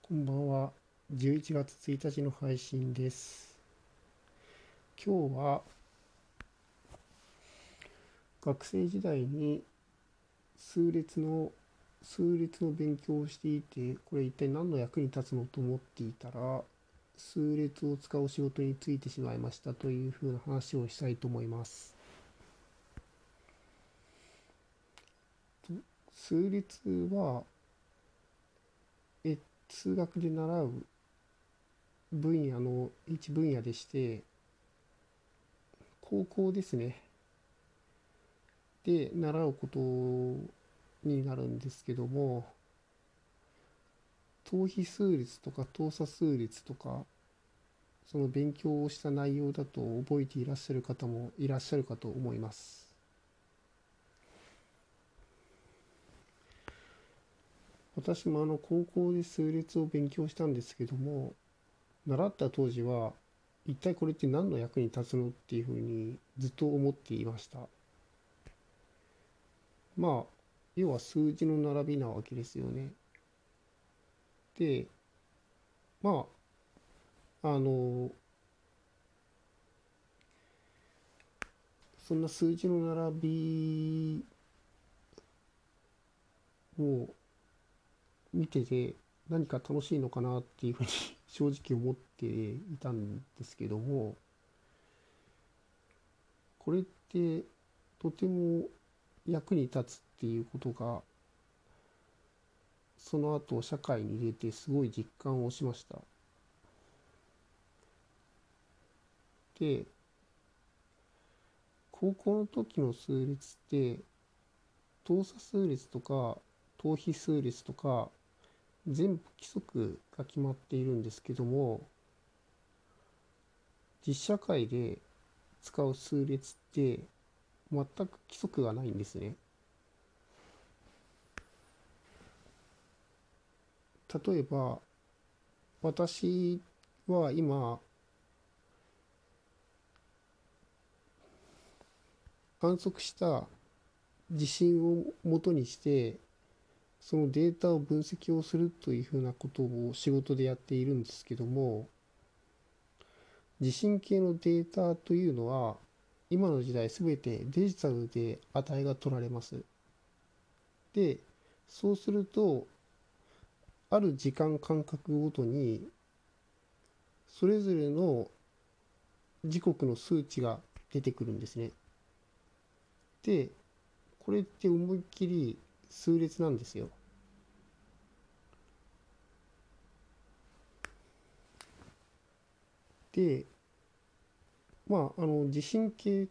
こんばんは。11月1日の配信です。今日は学生時代に数列の勉強をしていて、これ一体何の役に立つのと思っていたら、数列を使う仕事に就いてしまいましたというふうな話をしたいと思います。数列は数学で習う分野の一分野でして、高校ですね。で習うことになるんですけども、等比数列とか等差数列とか、その勉強をした内容だと覚えていらっしゃる方もいらっしゃるかと思います。私も高校で数列を勉強したんですけども、習った当時は一体これって何の役に立つのっていうふうにずっと思っていました。まあ要は数字の並びなわけですよね。で、まあそんな数字の並びを見てて何か楽しいのかなっていうふうに正直思っていたんですけども、これってとても役に立つっていうことがその後社会に出てすごい実感をしました。で、高校の時の数列って等差数列とか等比数列とか全部規則が決まっているんですけども、実社会で使う数列って全く規則がないんですね。例えば私は今観測した地震を元にしてそのデータを分析をするというふうなことを仕事でやっているんですけども、地震計のデータというのは今の時代すべてデジタルで値が取られます。で、そうするとある時間間隔ごとにそれぞれの時刻の数値が出てくるんですね。で、これって思いっきり数列なんですよ。で、地震計って、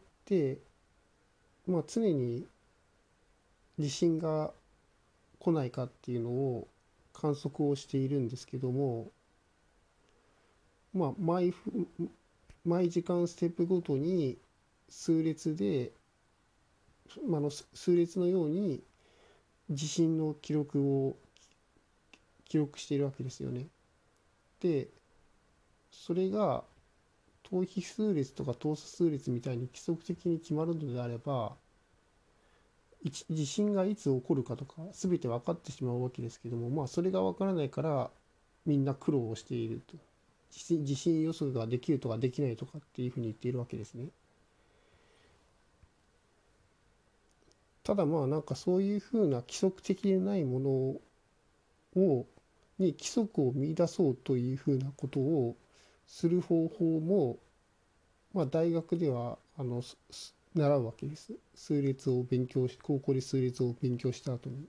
常に地震が来ないかっていうのを観測をしているんですけども、まあ、毎時間ステップごとに数列で、数列のように地震の記録を記録しているわけですよね。で、それが等比数列とか等差数列みたいに規則的に決まるのであれば、地震がいつ起こるかとか全て分かってしまうわけですけども、それが分からないからみんな苦労をしていると。地震予測ができるとかできないとかっていうふうに言っているわけですね。ただなんかそういうふうな規則的でないものに規則を見出そうというふうなことをする方法も、大学では習うわけです。高校で数列を勉強した後に。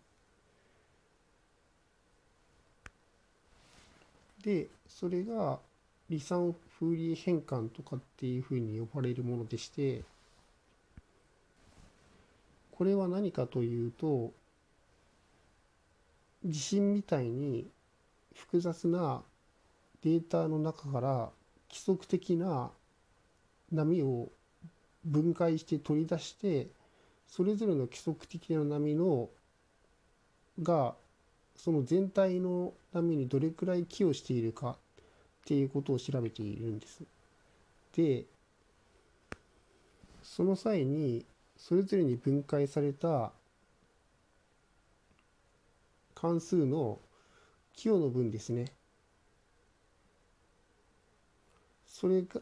で、それが離散フーリエ変換とかっていうふうに呼ばれるものでして、これは何かというと、地震みたいに複雑なデータの中から規則的な波を分解して取り出して、それぞれの規則的な波がその全体の波にどれくらい寄与しているかっていうことを調べているんです。で、その際にそれぞれに分解された関数の寄与の分ですね。 それが、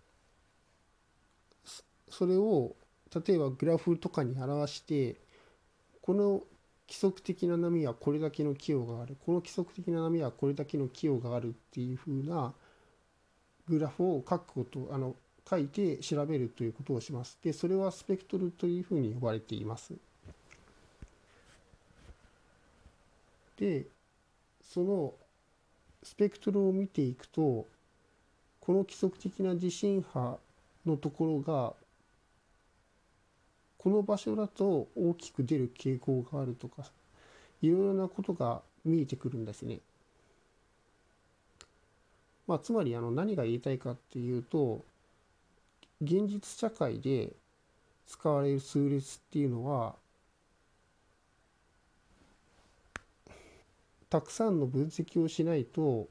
それを例えばグラフとかに表して、この規則的な波はこれだけの寄与がある、この規則的な波はこれだけの寄与があるっていう風なグラフを書くこと、書いて調べるということをします。で、それはスペクトルというふうに呼ばれています。で、そのスペクトルを見ていくと、この規則的な地震波のところが、この場所だと大きく出る傾向があるとか、いろいろなことが見えてくるんですね。つまり何が言いたいかっていうと、現実社会で使われる数列っていうのは、たくさんの分析をしないと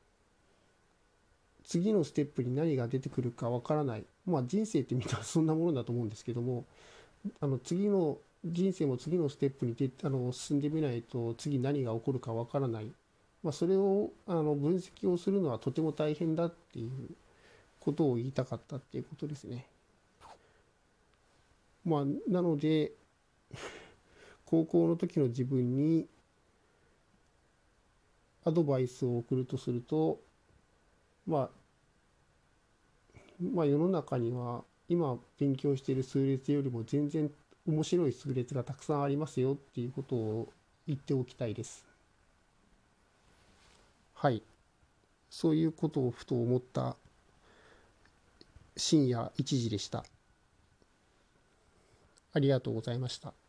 次のステップに何が出てくるかわからない。人生ってみたらそんなものだと思うんですけども、次の人生も次のステップに進んでみないと次何が起こるかわからない。それを分析をするのはとても大変だっていうことを言いたかったっていうことですね。なので高校の時の自分にアドバイスを送るとすると、世の中には今勉強している数列よりも全然面白い数列がたくさんありますよっていうことを言っておきたいです。はい。そういうことをふと思った深夜1時でした。ありがとうございました。